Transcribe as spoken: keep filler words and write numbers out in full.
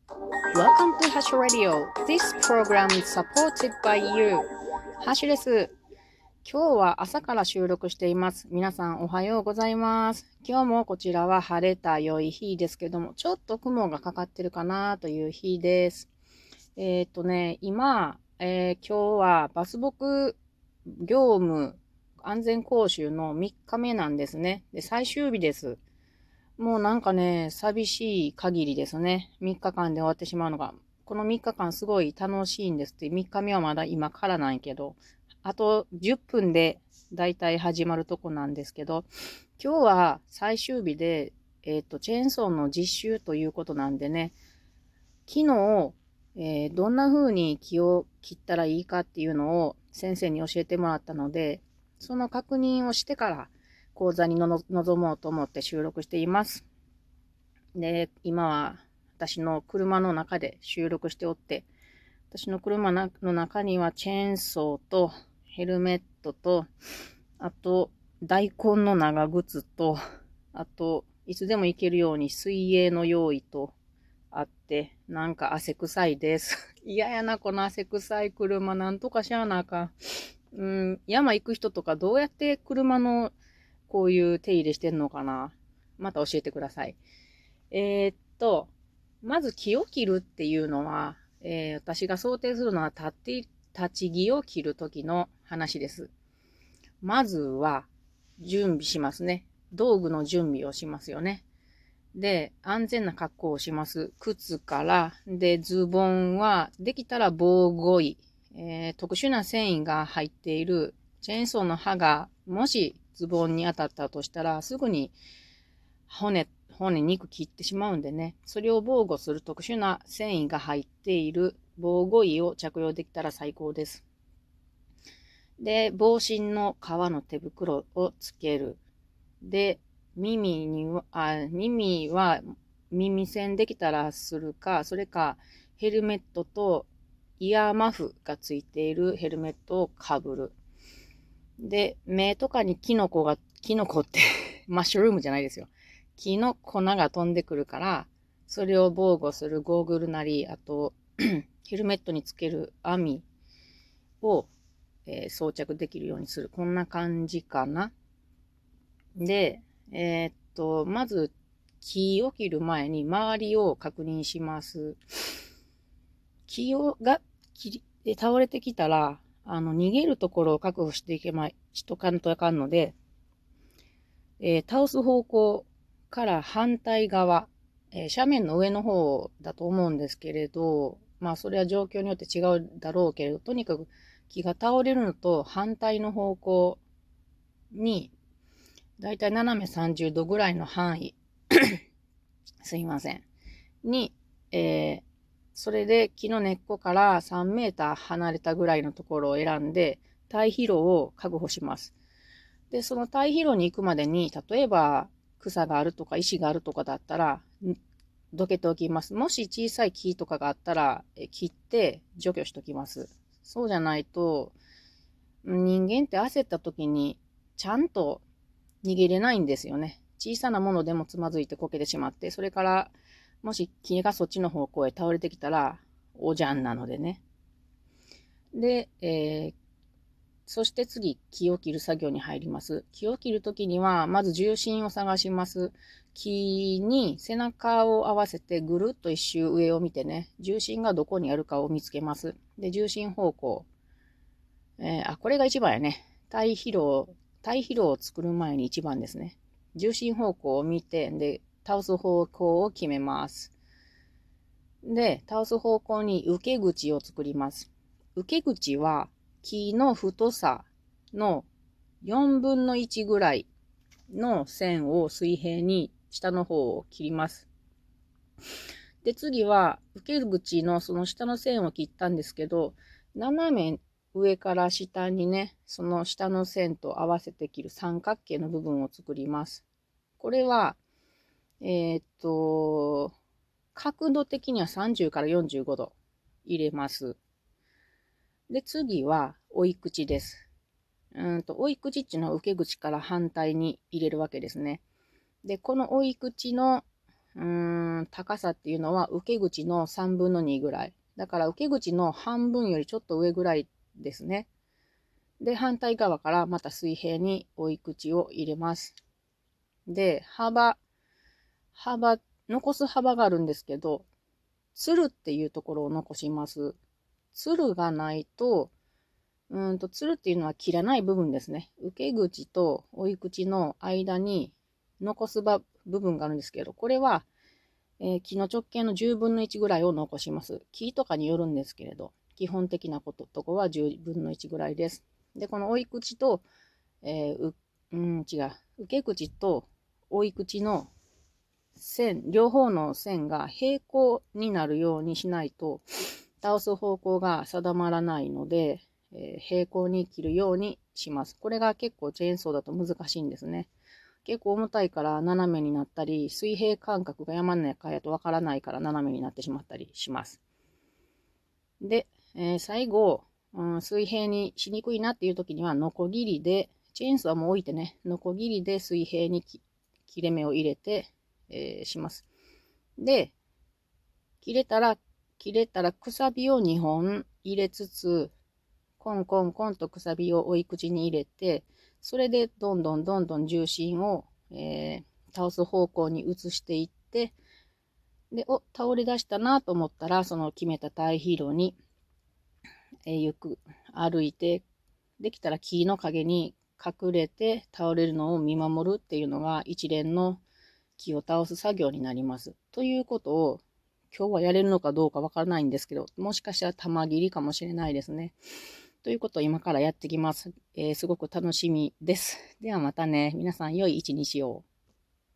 Welcome to Hash Radio. This program is supported by you. ハッシュです。今日は朝から収録しています。皆さんおはようございます。今日もこちらは晴れた良い日ですけども、ちょっと雲がかかってるかなという日です。えっとね、今、えー今日はバスボク業務安全講習のみっかめなんですね。で、最終日です。もうなんかね、寂しい限りですね。みっかかんで終わってしまうのが。このみっかかんすごい楽しいんですって。みっかめはまだ今からなんけど、あとじゅっぷんでだいたい始まるとこなんですけど、今日は最終日で、えっと、チェーンソーの実習ということなんでね、昨日、えーどんな風に木を切ったらいいかっていうのを先生に教えてもらったので、その確認をしてから講座にのの臨もうと思って収録しています。で、今は私の車の中で収録しておって、私の車の中にはチェーンソーとヘルメットと、あと大根の長靴と、あといつでも行けるように水泳の用意とあって、なんか汗臭いです。嫌やな、この汗臭い車。なんとかしゃあなあかん。うん、山行く人とかどうやって車のこういう手入れしてんのかな。また教えてください。えーっと、まず木を切るっていうのは、えー私が想定するのは立って立ち木を切るときの話です。まずは準備しますね。道具の準備をしますよね。で、安全な格好をします。靴から、で、ズボンは、できたら防護衣、えー特殊な繊維が入っているチェーンソーの刃が、もしズボンに当たったとしたら、すぐに骨、骨、肉切ってしまうんでね、それを防護する特殊な繊維が入っている防護衣を着用できたら最高です。で、防振の革の手袋をつける。で、耳には、あ、耳は耳栓できたらするか、それかヘルメットとイヤーマフがついているヘルメットをかぶる。で、目とかにキノコが、キノコってマッシュルームじゃないですよ。木の粉が飛んでくるから、それを防護するゴーグルなり、あと、ヘルメットにつける網を、えー装着できるようにする。こんな感じかな。で、えーっと、まず、木を切る前に周りを確認します。木をが切り倒れてきたら、あの、逃げるところを確保していけまい、しとかんとあかんので、えー倒す方向から反対側、えー斜面の上の方だと思うんですけれど、まあ、それは状況によって違うだろうけれど、とにかく木が倒れるのと反対の方向に、だいたい斜めさんじゅうどぐらいの範囲、すいません。に、えーそれで木の根っこからさんメーター離れたぐらいのところを選んで、耐疲労を確保します。で、その耐疲労に行くまでに、例えば草があるとか石があるとかだったら、どけておきます。もし小さい木とかがあったら、切って除去しときます。そうじゃないと、人間って焦った時にちゃんと逃げれないんですよね。小さなものでもつまずいてこけてしまって、それから、もし木がそっちの方向へ倒れてきたら、おじゃんなのでね。で、えーそして次、木を切る作業に入ります。木を切るときには、まず重心を探します。木に背中を合わせてぐるっと一周上を見てね、重心がどこにあるかを見つけます。で、重心方向。えーあ、これが一番やね。体疲労、体疲労を作る前に一番ですね。重心方向を見て、で、倒す方向を決めます。で、倒す方向に受け口を作ります。受け口は木の太さのよんぶんのいちぐらいの線を水平に下の方を切ります。で、次は受け口のその下の線を切ったんですけど、斜め上から下にね、その下の線と合わせて切る三角形の部分を作ります。これは、えーっと、角度的にはさんじゅうからよんじゅうごど入れます。で、次は追い口です。うんと、追い口っていうのは受け口から反対に入れるわけですね。で、この追い口の、 うーん、高さっていうのは受け口のさんぶんのにぐらい。だから受け口の半分よりちょっと上ぐらいですね。で、反対側からまた水平に追い口を入れます。で、幅、幅、残す幅があるんですけど、つるっていうところを残します。つるがないと、うんと、つるっていうのは切らない部分ですね。受け口と追い口の間に残す部分があるんですけど、これは、えー木の直径のじゅうぶんのいちぐらいを残します。木とかによるんですけれど、基本的なこととこはじゅうぶんのいちぐらいです。で、この追い口と、えーう、うん、違う、受け口と追い口の線、両方の線が平行になるようにしないと、倒す方向が定まらないので、えー平行に切るようにします。これが結構チェーンソーだと難しいんですね。結構重たいから斜めになったり、水平感覚が山の中やとわからないから斜めになってしまったりします。で、えー最後、うん、水平にしにくいなっていう時には、ノコギリで、チェーンソーはもう置いてね、ノコギリで水平に切れ目を入れて、えーします。で、切れたら、切れたら、くさびをにほん入れつつ、コンコンコンとくさびを追い口に入れて、それでどんどんどんどん重心を、えー倒す方向に移していって、で、お、倒れ出したなと思ったら、その決めた対比路に、えーゆっく歩いて、できたら木の陰に隠れて倒れるのを見守るっていうのが一連の木を倒す作業になります。ということを今日はやれるのかどうかわからないんですけど、もしかしたら玉切りかもしれないですね。ということを今からやってきます。えーすごく楽しみです。ではまたね。皆さん良い一日を。